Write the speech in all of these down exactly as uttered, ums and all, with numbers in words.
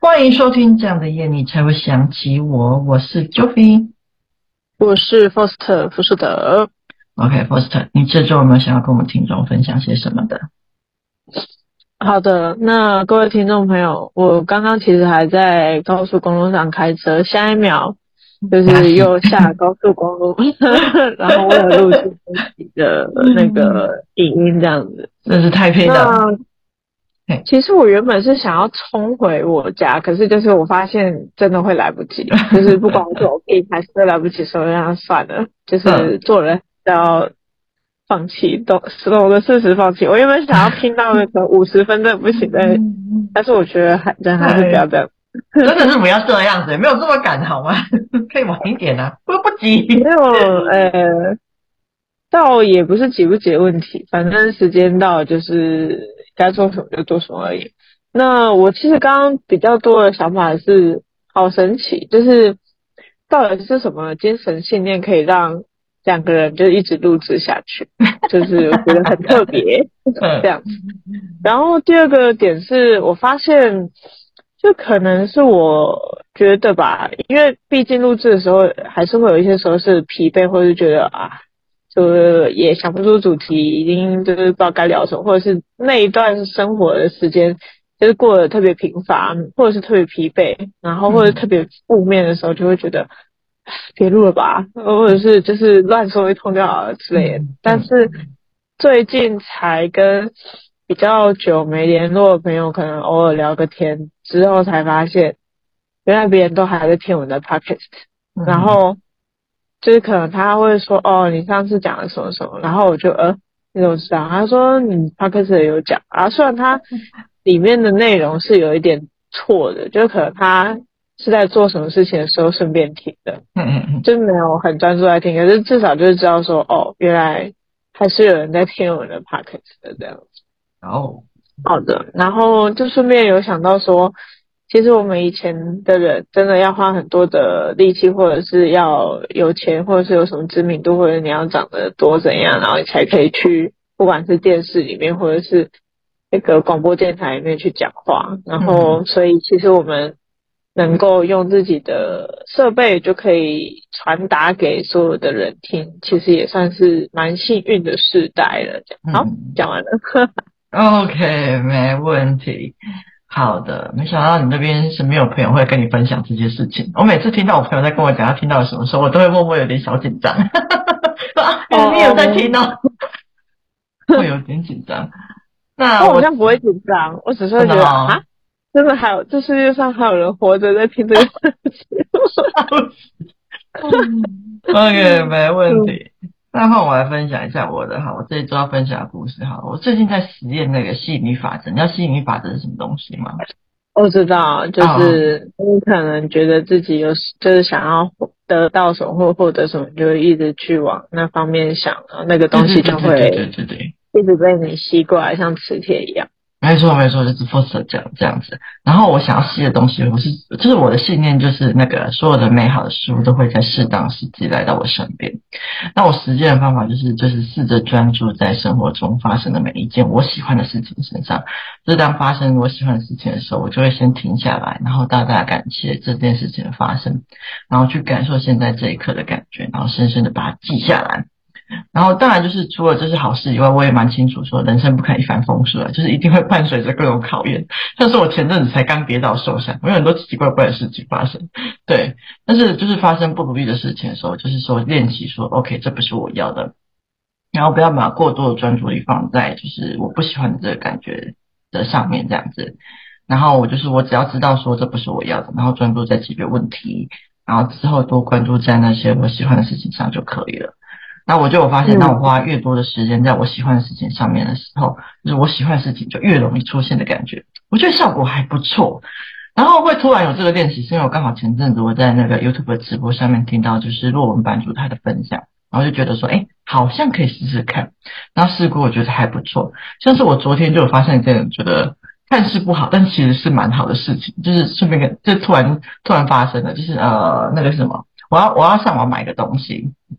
欢迎收听这样的夜你才会想起我，我是 Joey， 我是 Foster 福士德。 OK Foster， 你这周有没有想要跟我们听众分享些什么的？ 好的，那各位听众朋友，我刚刚其实还在高速公路上开车，下一秒就是压戏， 又下高速公路，然后为了录制自己的那嗯， 个影音这样子。 真是太拼了。 那嘿， 其实我原本是想要冲回我家，可是就是我发现真的会来不及，就是不管我走近还是会来不及，所以让它算了，就嗯， 是做人要放弃，懂懂得适时放弃。我原本想要拼到那个五十分，真的不行的，但是我觉得还人还是不哎， 要这样。 真的是不要这样子，没有这么赶好吗？可以晚一点啊，不不急。 没有，呃，倒也不是急不急的问题，反正时间到就是该做什么就做什么而已。那我其实刚刚比较多的想法是，好神奇，就是到底是什么精神信念可以让两个人就一直录制下去，就是我觉得很特别这嗯样子。然后第二个点是我发现，就可能是我觉得吧，因为毕竟录制的时候还是会有一些时候是疲惫，或者是觉得啊。就也想不出主题，已经就是不知道该聊什么，或者是那一段生活的时间就是过得特别平凡，或者是特别疲惫，然后或者特嗯别负面的时候，就会觉得唉别录了吧，或者是就是乱说一通就好了之类的。 嗯但是嗯最近才跟比较久没联络的朋友，可能偶尔聊个天之后，才发现原来别人都还在听我的 podcast，然嗯后。就是可能他会说哦，你上次讲了什么什么，然后我就呃，你怎么知道？他说你 podcast 也有讲啊，虽然他里面的内容是有一点错的，就可能他是在做什么事情的时候顺便听的， 嗯嗯嗯， 就没有很专注在听，可是至少就是知道说哦，原来还是有人在听我的 podcast 的这样。 然后好的，然后就顺便有想到说，其实我们以前的人真的要花很多的力气，或者是要有钱，或者是有什么知名度，或者你要长得多怎样，然后你才可以去，不管是电视里面，或者是那个广播电台里面去讲话。然嗯后，所以其实我们能够用自己的设备就可以传达给所有的人听，其实也算是蛮幸运的时代了。这样好， 嗯讲完了。 ，OK，没问题。好的，没想到你那边是没有朋友会跟你分享这些事情。我每次听到我朋友在跟我讲他听到了什么时候，我都会默默有点小紧张。说啊，原来你有在听哦， 哦，会有点紧张。那我好我像不会紧张，我只是会真的觉得哈， 哈、 真的还有这世界上还有人活着在听这个事情。 嗯，OK，没问嗯， 题。那换我来分享一下我的哈，我这一周要分享的故事哈。我最近在实验那个吸引力法则，你知道吸引力法则是什么东西吗？ 我知道，就啊、 是你可能觉得自己有就是想要得到什么或获得什么，就会一直去往那方面想，然后那个对对东西对对对对就会对对。 一直被你吸过来，像磁铁一样。 没错，没错，就是 Foster 这样这样子。然后我想要吸的东西，我是就是我的信念，就是那个所有的美好的事物都会在适当时机来到我身边。那我实践的方法就是就是试着专注在生活中发生的每一件我喜欢的事情身上。就是当发生我喜欢的事情的时候，我就会先停下来，然后大大感谢这件事情的发生，然后去感受现在这一刻的感觉，然后深深的把它记下来。然后当然就是除了这是好事以外，我也蛮清楚说人生不可能一帆风顺啊，就是一定会伴随着各种考验。像是我前阵子才刚跌倒受伤，我有很多奇奇怪怪的事情发生，对。但是就是发生不如意的事情的时候，就是说练习说 OK，这不是我要的，然后不要把过多的专注力放在就是我不喜欢的这个感觉的上面这样子。然后我就是我只要知道说这不是我要的，然后专注在解决问题，然后之后多关注在那些我喜欢的事情上就可以了。那我就有发现，当我嗯花越多的时间在我喜欢的事情上面的时候，就是我喜欢的事情就越容易出现的感觉，我觉得效果还不错。然后会突然有这个练习，是因为我刚好前阵子我在那个 YouTube 的直播上面听到就是洛文版主他的分享，然后就觉得说，哎，好像可以试试看。然后试过，我觉得还不错。像是我昨天就有发现一件觉得看似不好，但其实是蛮好的事情，就是顺便跟就突然突然发生的，就是呃那个是什么，我要我要上网买个东西。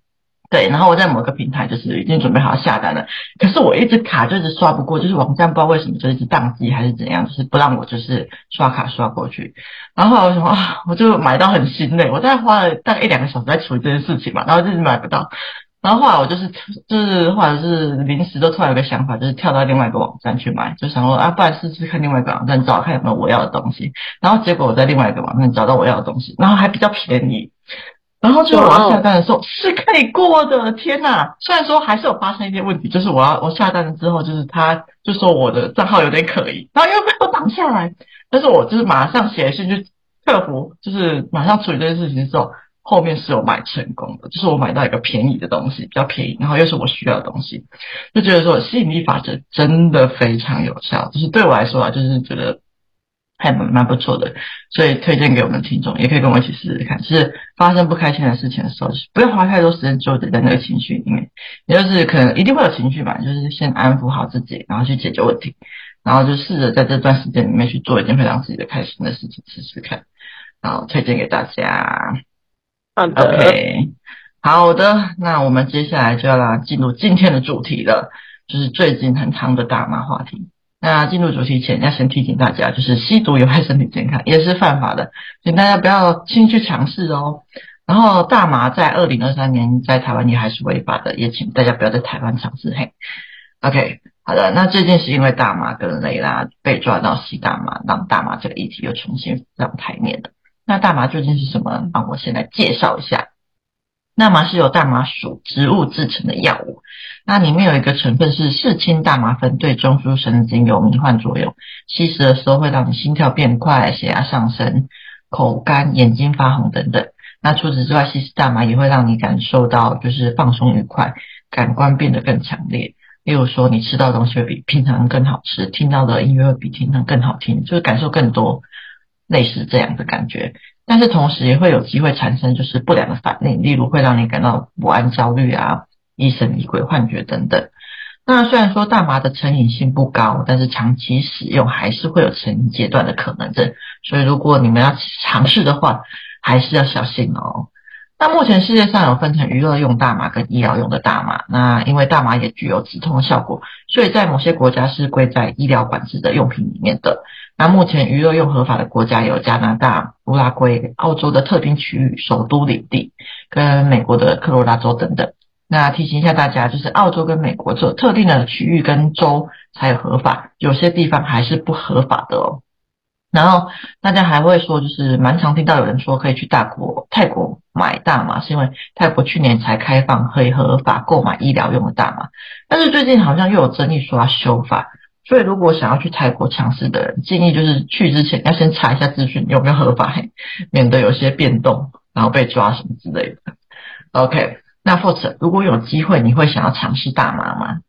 对，然后我在某个平台就是已经准备好下单了，可是我一直卡就一直刷不过，就是网站不知道为什么就一直宕机还是怎样，就是不让我就是刷卡刷过去。然后后来我想说啊，我就买到很心累，我大概花了大概一两个小时在处理这件事情嘛，然后就是买不到。然后后来我就是就是后来就是临时都突然有个想法，就是跳到另外一个网站去买，就想说啊，不然试试看另外一个网站找看有没有我要的东西。然后结果我在另外一个网站找到我要的东西，然后还比较便宜。然后就是我要下单的时候是可以过的，天哪！虽然说还是有发生一些问题，就是我要我下单了之后，就是他就说我的账号有点可疑，然后又被我挡下来，但是我就是马上写信去客服，就是马上处理这件事情之后，后面是有买成功的，就是我买到一个便宜的东西，比较便宜，然后又是我需要的东西，就觉得说吸引力法则真的非常有效，就是对我来说啊，就是觉得还蛮蛮不错的，所以推荐给我们听众，也可以跟我一起试试看。是发生不开心的事情的时候，不要花太多时间纠结在那个情绪里面，也就是可能一定会有情绪嘛，就是先安抚好自己，然后去解决问题，然后就试着在这段时间里面去做一件会让自己的开心的事情试试看，然后推荐给大家。 好的 OK， 好的，那我们接下来就要来进入今天的主题了，就是最近很夯的大麻话题。那进入主题前，要先提醒大家，就是吸毒有害身体健康，也是犯法的，请大家不要轻易去尝试哦。然后大麻在二零二三年在台湾也还是违法的，也请大家不要在台湾尝试。嘿 ，OK， 好的。那最近是因为大麻跟雷拉被抓到吸大麻，让大麻这个议题又重新上台面了。那大麻究竟是什么？让我先来介绍一下。大麻是由大麻属植物制成的药物，那里面有一个成分是四氢大麻酚，对中枢神经有迷幻作用，吸食的时候会让你心跳变快、血压上升、口干、眼睛发红等等。那除此之外，吸食大麻也会让你感受到就是放松愉快，感官变得更强烈。例如说，你吃到的东西会比平常更好吃，听到的音乐会比平常更好听，就是感受更多，类似这样的感觉。但是同时也会有机会产生就是不良的反应，例如会让你感到不安、焦虑啊、疑神疑鬼、幻觉等等。那虽然说大麻的成瘾性不高，但是长期使用还是会有成瘾阶段的可能的，所以如果你们要尝试的话，还是要小心哦。那目前世界上有分成娱乐用大麻跟医疗用的大麻，那因为大麻也具有止痛的效果，所以在某些国家是归在医疗管制的用品里面的。那目前娱乐用合法的国家有加拿大、乌拉圭、澳洲的特定区域、首都领地跟美国的科罗拉州等等。那提醒一下大家，就是澳洲跟美国只有特定的区域跟州才有合法，有些地方还是不合法的哦。然后大家还会说，就是蛮常听到有人说可以去大国泰国买大麻，是因为泰国去年才开放可以合法购买医疗用的大麻，但是最近好像又有争议说要修法，所以如果想要去泰国尝试的人，建议就是去之前要先查一下资讯有没有合法，免得有些变动，然后被抓什么之类的。OK， 那或者如果有机会，你会想要尝试大麻吗？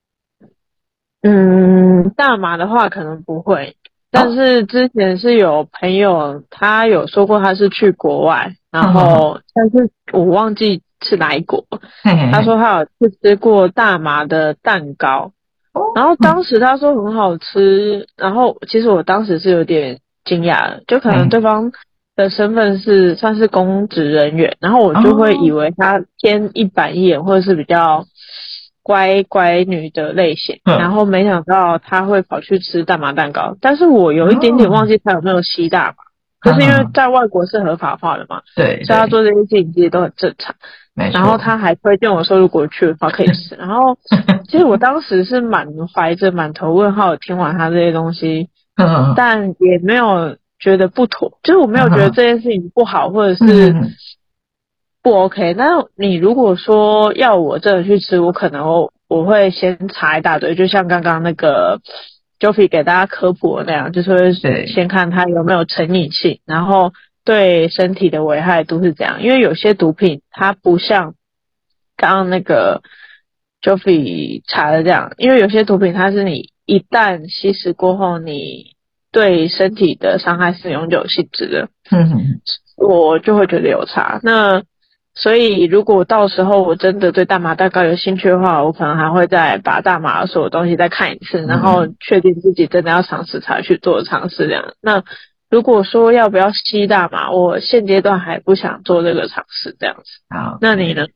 嗯，大麻的话可能不会，但哦， 是之前是有朋友他有说过他是去国外，然哼哼哼， 后但是我忘记是哪一国， 嘿嘿嘿， 他说他有去吃过大麻的蛋糕， 哦， 然后当嗯， 时他说很好吃，然后其实我当时是有点惊讶的，就可能嘿， 对方的身份是算是公职人员，然后我就会以哦， 为他偏一板一眼或者是比较乖乖女的类型，然哼， 后没想到他会跑去吃大麻蛋糕，但是我有一点点忘哦， 记他有没有吸大麻，就是因为哼哼哼， 在外国是合法化的嘛，所以他对对， 做这些事情其实都很正常。然后没错， 他还推荐我说，如果去的话可以吃。然后其实我当时是满怀着满头问号听完他这些东西， 哼哼哼， 但也没有觉得不妥，就是我没有觉得哼哼哼， 这件事情不好或者是嗯哼哼， 不 OK。那你如果说要我真的去吃，我可能我我会先查一大堆，就像刚刚那个 Joffy 给大家科普的那样，就是会对， 先看它有没有成瘾性，然后对身体的危害度是怎样。因为有些毒品它不像刚刚那个 Joffy 查的这样，因为有些毒品它是你一旦吸食过后，你对身体的伤害是永久性质的， 嗯哼， 我就会觉得有差。那所以如果到时候我真的对大麻蛋糕有兴趣的话，我可能还会再把大麻所有东西再看一次，然后嗯， 确定自己真的要尝试才去做尝试这样。那如果说要不要吸大麻，我现阶段还不想做这个尝试这样子。 好， 那你呢？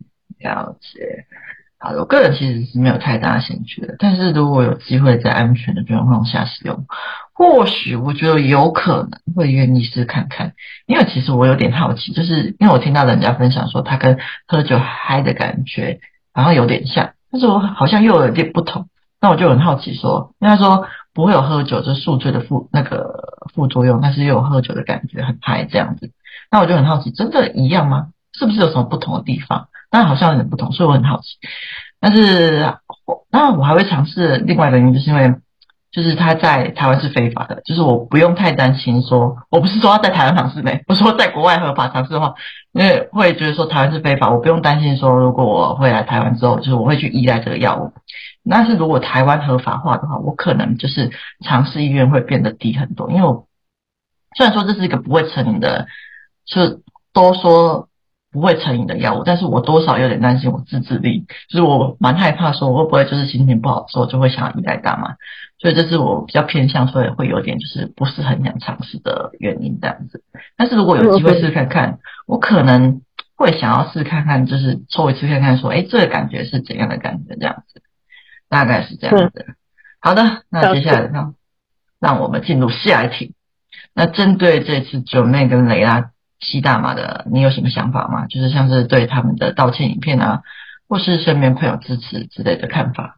了解。好的，我个人其实是没有太大兴趣的，但是如果有机会在安全的状况下使用，或许我觉得有可能会愿意试看看。因为其实我有点好奇，就是因为我听到人家分享说，他跟喝酒嗨的感觉好像有点像，但是我好像又有点不同。那我就很好奇说，因为他说不会有喝酒就是宿醉的副那个副作用，但是又有喝酒的感觉，很嗨这样子。那我就很好奇，真的一样吗？是不是有什么不同的地方？那好像有点不同，所以我很好奇。但是，那我还会尝试另外一个原因，就是因为就是他在台湾是非法的，就是我不用太担心说，我不是说要在台湾尝试没，我说在国外合法尝试的话，因为会觉得说台湾是非法，我不用担心说，如果我会来台湾之后，就是我会去依赖这个药物。但是如果台湾合法化的话，我可能就是尝试意愿会变得低很多，因为我虽然说这是一个不会成瘾的，就都说不会成瘾的药物，但是我多少有点担心我自制力，就是我蛮害怕说我会不会就是心情不好的时候就会想要依赖大麻，所以这是我比较偏向，所以会有点就是不是很想尝试的原因这样子。但是如果有机会试看看，我可能会想要试看看，就是抽一次看看说，诶，这个感觉是怎样的感觉这样子，大概是这样子。好的，那接下来让让我们进入下一题。那针对这次九妹跟雷拉吸大麻的，你有什么想法吗？就是像是对他们的道歉影片啊，或是身边朋友支持之类的看法。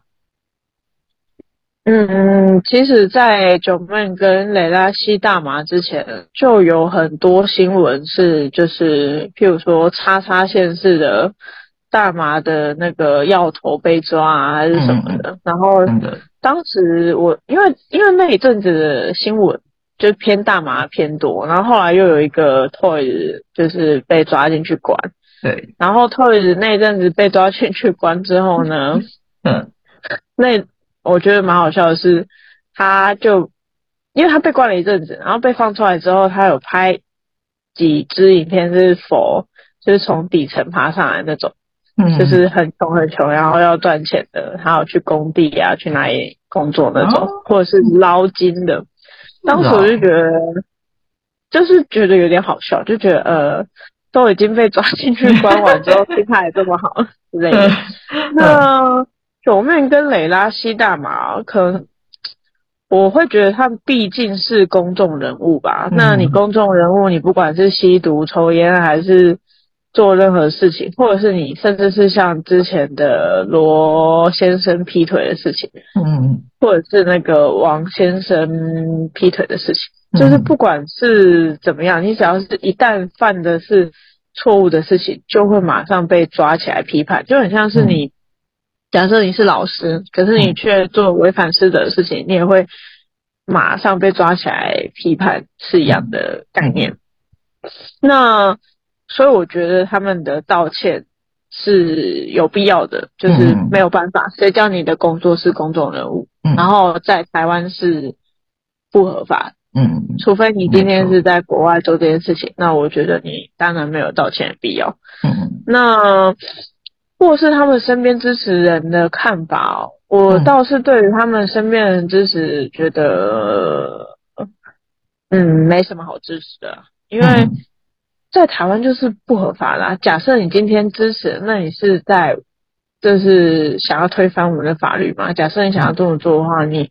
嗯，其实，在九妹跟蕾拉吸大麻之前，就有很多新闻是，就是譬如说，叉叉县市的大麻的那个药头被抓啊，还是什么的。 嗯嗯， 然后真的， 当时我因为因为那一阵子的新闻就偏大麻偏多，然后后来又有一个 Toys 就是被抓进去关， 对， 然后 Toys 那一阵子被抓进去关之后呢， 嗯那我觉得蛮好笑的是，他就因为他被关了一阵子，然后被放出来之后，他有拍几支影片是否就是从底层爬上来那种，就嗯， 是很穷很穷，然后要赚钱的，还有去工地啊，去哪里工作那种， 哦， 或者是捞金的。当时我就是哦， 觉得，就是觉得有点好笑，就觉得呃，都已经被抓进去关完之后，心态也这么好之类的。 嗯那九妹跟蕾拉吸大麻，可能我会觉得他们毕竟是公众人物吧。那你嗯公众人物，你不管是吸毒、抽烟，还是做任何事情，或者是你甚至是像之前的罗先生劈腿的事情， 嗯或者是那个王先生劈腿的事情，就是嗯不管是怎么样，你只要是一旦犯的是错误的事情，就会马上被抓起来批判，就很像是嗯你。假设你是老师，可是你嗯却做违反师德的事情，你也会马上被抓起来批判，是一样嗯的概念。 嗯那所以我觉得他们的道歉是有必要的，就是没嗯有办法，谁叫你的工作是公众人物，然嗯后在台湾是不合法， 嗯， 除非你今天是没错， 在国外做这件事情，那我觉得你当然没有道歉的必要。 嗯那或是他们身边支持人的看法哦，我嗯倒是对于他们身边人支持觉得，嗯，没什么好支持的，因为嗯在台湾就是不合法啦。假设你今天支持，那你是在就是想要推翻我们的法律嘛？假设你想要嗯这么做的话，你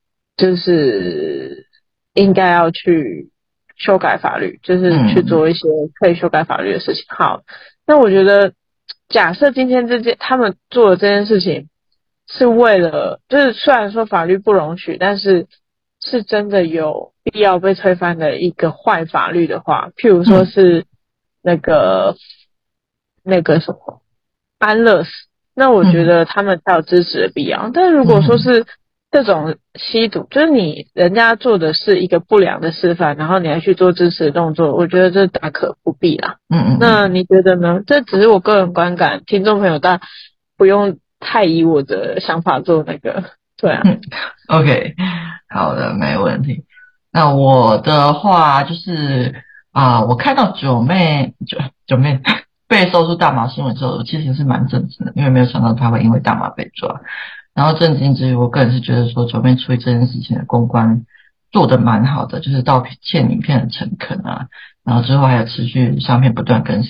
就是应该要去修改法律，就是去嗯做一些可以修改法律的事情。好，那我觉得，假设今天这件他们做的这件事情是为了，就是虽然说法律不容许，但是是真的有必要被推翻的一个坏法律的话，譬如说嗯是那个那个什么安乐死，那我觉嗯得他们才有支持的必要。但如果说嗯是这种吸毒，就是你人家做的是一个不良的示范，然后你还去做支持的动作，我觉得这大可不必啦。 嗯嗯那你觉得呢？这只是我个人观感，听众朋友但不用太以我的想法做那个。对啊， 嗯，OK，好的，没问题。那我的话就是啊、我看到九妹九九妹被搜出大麻新闻之后，我其实是蛮震惊的，因为没有想到她会因为大麻被抓。然后震惊之余，我个人是觉得说九妹处理这件事情的公关做得蛮好的，就是道歉影片很诚恳啊，然后之后还有持续相片不断更新，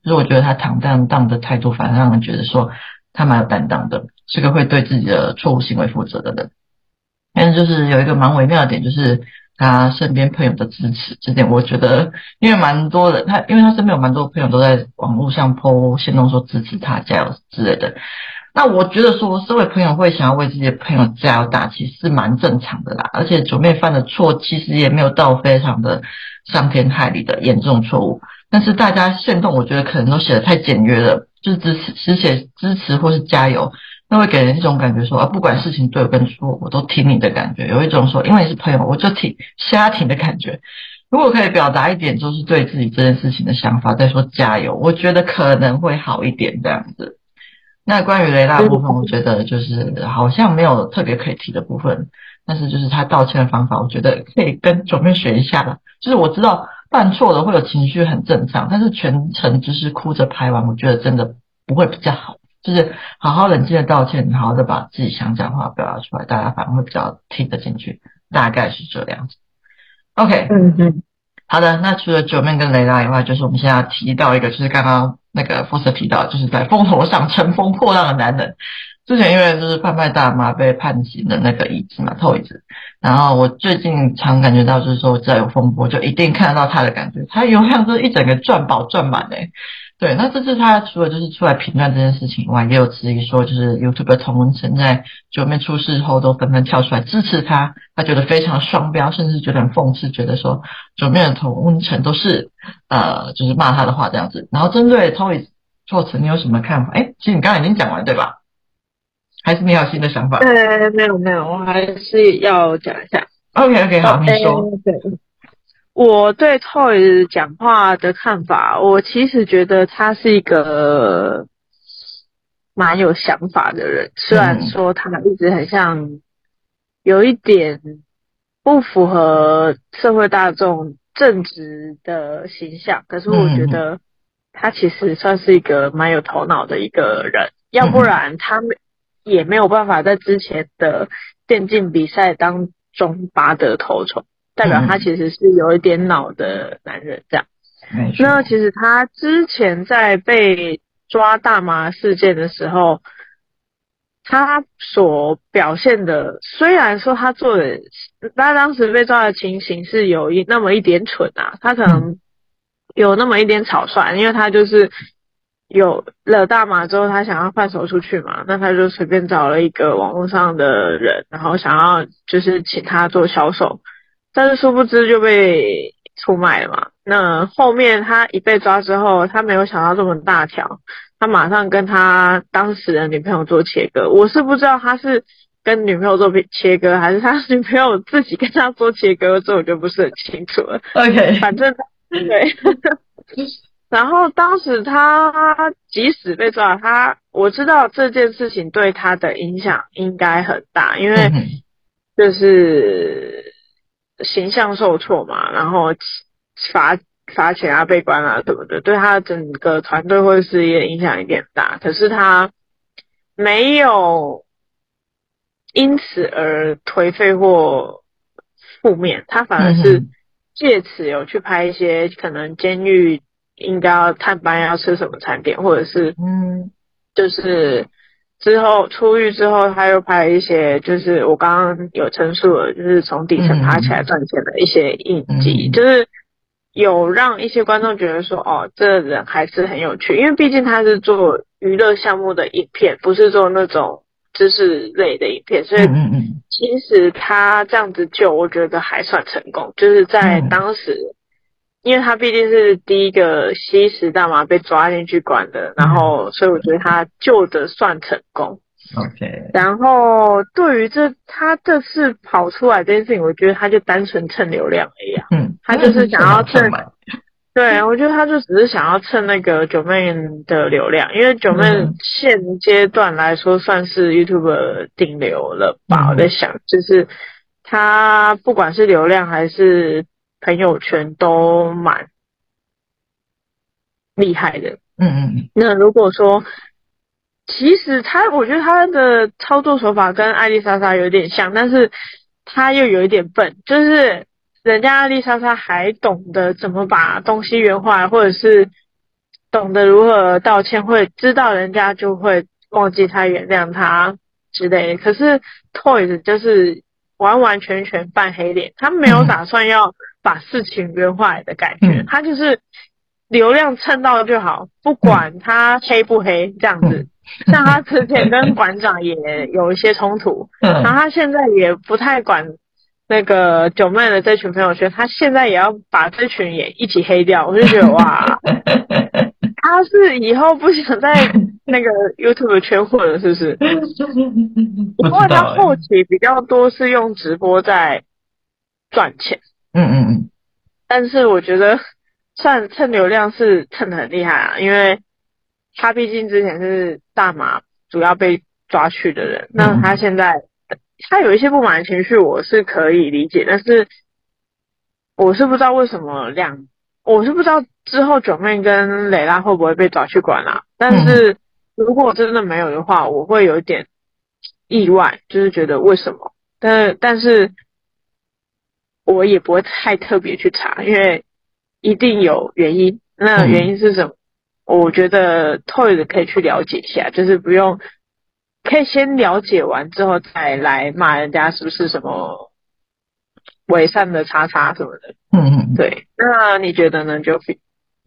就是我觉得他坦荡荡的态度，反而让人觉得说他蛮有担当的，是个会对自己的错误行为负责的人。但是就是有一个蛮微妙的点，就是他身边朋友的支持，这点我觉得，因为蛮多人，他因为他身边有蛮多朋友都在网络上 po 限动说支持他加油之类的。那我觉得说，身为朋友会想要为自己的朋友加油打气是蛮正常的啦，而且九妹犯的错其实也没有到非常的伤天害理的严重错误，但是大家限动我觉得可能都写得太简约了，就是支持只写支持或是加油，那会给人一种感觉说啊，不管事情对跟错，我都挺你的感觉，有一种说因为你是朋友，我就挺瞎挺的感觉。如果可以表达一点，就是对自己这件事情的想法，再说加油，我觉得可能会好一点这样子。那关于雷拉的部分，我觉得就是好像没有特别可以提的部分，但是就是他道歉的方法，我觉得可以跟九妹学一下啦。就是我知道犯错了会有情绪很正常，但是全程就是哭着拍完，我觉得真的不会比较好。就是好好冷静的道歉，好好的把自己想讲话表达出来，大家反而会比较听得进去，大概是这样子。OK， 嗯嗯， 好的，那除了九妹跟雷拉以外，就是我们现在要提到一个，就是刚刚那个福斯提到，就是在风头上乘风破浪的男人。之前因为就是贩卖大麻被判刑的那个椅子嘛，透椅子。然后我最近常感觉到，就是说只要有风波，就一定看得到他的感觉，他油量就是一整个赚饱赚满诶。对，那这次他除了就是出来评论这件事情以外，也有质疑说，就是 YouTube 的同温层在九妹出事后都纷纷跳出来支持他，他觉得非常双标，甚至觉得很讽刺，觉得说九妹的同温层都是呃就是骂他的话这样子。然后针对 Toys 措辞，你有什么看法？哎，其实你刚刚已经讲完对吧？还是你有新的想法呃，没有没有，我还是要讲一下。 ？OK OK， 哦， 好，你诶， 说。 对，我对 Toys 讲话的看法，我其实觉得他是一个蛮有想法的人，虽然嗯说他一直很像有一点不符合社会大众正直的形象，可是我嗯嗯觉得他其实算是一个蛮有头脑的一个人，要不嗯嗯然他没也没有办法在之前的电竞比赛当中拔得头筹，代表他嗯嗯， 其实是有一点脑的男人这样。 没错。 那其实他之前在被抓大麻事件的时候，他所表现的，虽然说他做的，他当时被抓的情形是有一那么一点蠢啊，他可嗯能有那么一点草率，因为他就是有了大麻之后，他想要贩售出去嘛，那他就随便找了一个网络上的人，然后想要就是请他做销售，但是殊不知就被出卖了嘛。那后面他一被抓之后，他没有想到这么大条。他马上跟他当时的女朋友做切割，我是不知道他是跟女朋友做切割，还是他女朋友自己跟他做切割，这我就不是很清楚了。 ，OK， 反正对，然后当时他即使被抓，他我知道这件事情对他的影响应该很大，因为嗯哼就是形象受挫嘛，然后罚罚钱啊、被关啊什么的，对他整个团队或者事业影响有点大。可是他没有因此而颓废或负面，他反而是嗯哼借此有去拍一些可能监狱应该要探班要吃什么餐点，或者是嗯就是之后出狱之后，他又拍一些就是我刚刚有陈述了，就是从底嗯层爬起来哼赚钱的一些印记， 嗯哼就是有让一些观众觉得说，哦，这个人还是很有趣，因为毕竟他是做娱乐项目的影片，不是做那种知识类的影片，所以嗯嗯嗯其实他这样子救，我觉得还算成功，就是在嗯当时。因为他毕竟是第一个吸食大麻被抓进去关的，然嗯后所以我觉得他救的算成功。 ，OK， 然后对于这他这次跑出来这件事情，我觉得他就单纯蹭流量而已啊， 嗯， 他就是真的是趁想要蹭， 好趁满。 对，我觉得他就只是想要蹭那个九妹的流量，因为九妹嗯哼现阶段来说算是 YouTube 顶流了吧，我在嗯哼想，就是他不管是流量还是朋友圈都蛮厉害的。 嗯嗯那如果说，其实他，我觉得他的操作手法跟艾丽莎莎有点像，但是他又有一点笨，就是人家艾丽莎莎还懂得怎么把东西圆滑，或者是懂得如何道歉，会知道人家就会忘记他、原谅他之类的。可是 Toys 就是完完全全扮黑脸，他没有打算要把事情圆回来的感觉， 嗯他就是流量蹭到就好，不管他黑不黑这样子。 嗯像他之前跟馆长也有一些冲突，然后嗯， 他现在也不太管那个九妹的这群朋友圈，他现在也要把这群也一起黑掉，我就觉得哇，他是以后不想在那个 YouTube 圈混了，是不是？ 不因为他知道哎、 后期比较多是用直播在赚钱， 嗯嗯嗯但是我觉得算蹭流量是蹭得很厉害啊，因为他毕竟之前是大麻主要被抓去的人，那他嗯现在他有一些不满的情绪，我是可以理解，但是我是不知道为什么两，我是不知道之后九妹跟蕾拉会不会被抓去关啦、但嗯是如果真的没有的话，我会有一点意外，就是觉得为什么？但是但是我也不会太特别去查，因为一定有原因。那原嗯因是什么？我觉得 Toys 可以去了解一下，就是不用，可以先了解完之后再来骂人家是不是什么伪善的叉叉什么的。 嗯嗯嗯。 对，那你觉得呢，Joey？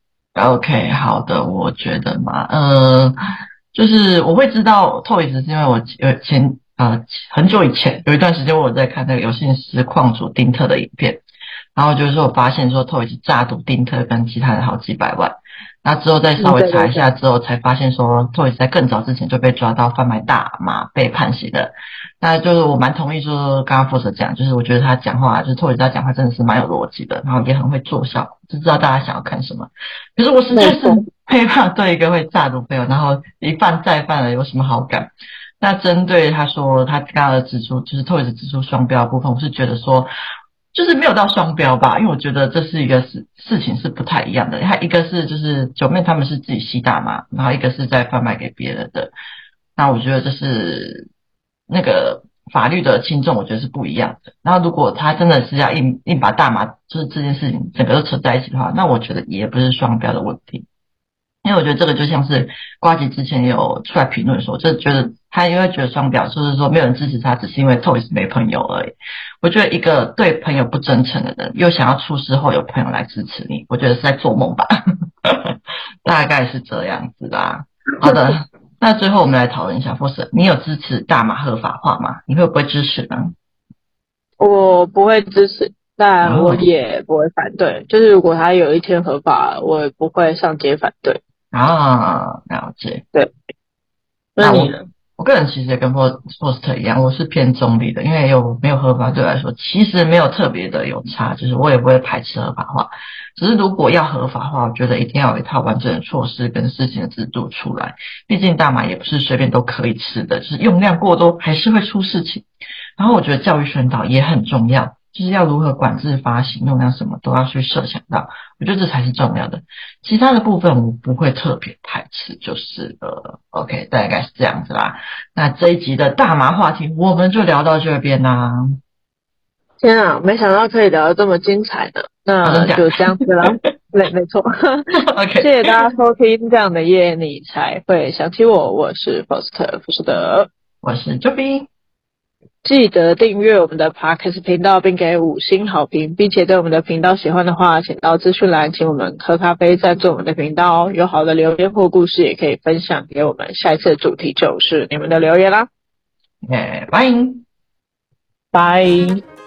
OK，好的，我觉得嘛，呃，就是我会知道 Toys 是因为我有前呃很久以前有一段时间我有在看那个游戏实况主丁特的影片，然后就是说我发现说 Toys 诈赌丁特跟其他人好几百万，那之后再稍嗯， 微查一对对对， 下之后才发现说 Toys 在更早之前就被抓到贩卖大麻被判刑的。那就是我蛮同意说刚刚 Foster 讲，就是我觉得他讲话就是 Toys 他讲话真的是蛮有逻辑的，然后也很会做效，就知道大家想要看什么。可是我实在是没错， 没办法对一个会诈赌朋友，然后一犯再犯了有什么好感？那针对他说他刚刚的指出，就是 Toys 指出双标的部分，我是觉得说，就是没有到双标吧，因为我觉得这是一个事事情是不太一样的。他一个是就是九妹他们是自己吸大麻，然后一个是在贩卖给别人的。那我觉得这是那个法律的轻重，我觉得是不一样的。然后如果他真的是要硬硬把大麻就是这件事情整个都扯在一起的话，那我觉得也不是双标的问题。因为我觉得这个就像是瓜吉之前有出来评论说，就觉得他因为觉得双标，就是说没有人支持他，只是因为 Toys 没朋友而已。我觉得一个对朋友不真诚的人，又想要出事后有朋友来支持你，我觉得是在做梦吧，大概是这样子啦。好的，那最后我们来讨论一下 f o s 你有支持大麻合法化吗？你会不会支持呢？ 我不会支持，但我哦也不会反对。就是如果他有一天合法，我也不会上街反对。 啊，了解。 对，那那我你呢？ 我个人其实也跟 Post Post 一样，我是偏中立的，因为有没有合法对我来说其实没有特别的有差，就是我也不会排斥合法化。只是如果要合法化，我觉得一定要有一套完整的措施跟事情的制度出来。毕竟大麻也不是随便都可以吃的，就是用量过多还是会出事情。然后我觉得教育宣导也很重要，就是要如何管制发行用量什么都要去设想到，我觉得这才是重要的。其他的部分我不会特别排斥，就是呃，OK，大概是这样子啦。那这一集的大麻话题我们就聊到这边啦。 天啊，没想到可以聊得这么精彩呢。 好，真假那就这样子啦。没没错，谢谢 ？OK， 大家收听这样的夜你才会想起我，我是 Foster 福士德。 我是 Joey， 记得订阅我们的 Podcast 频道，并给五星好评，并且对我们的频道喜欢的话，请到资讯栏请我们喝咖啡赞助我们的频道哦。有好的留言或故事，也可以分享给我们。下一次的主题就是你们的留言啦， 哎，拜。 拜。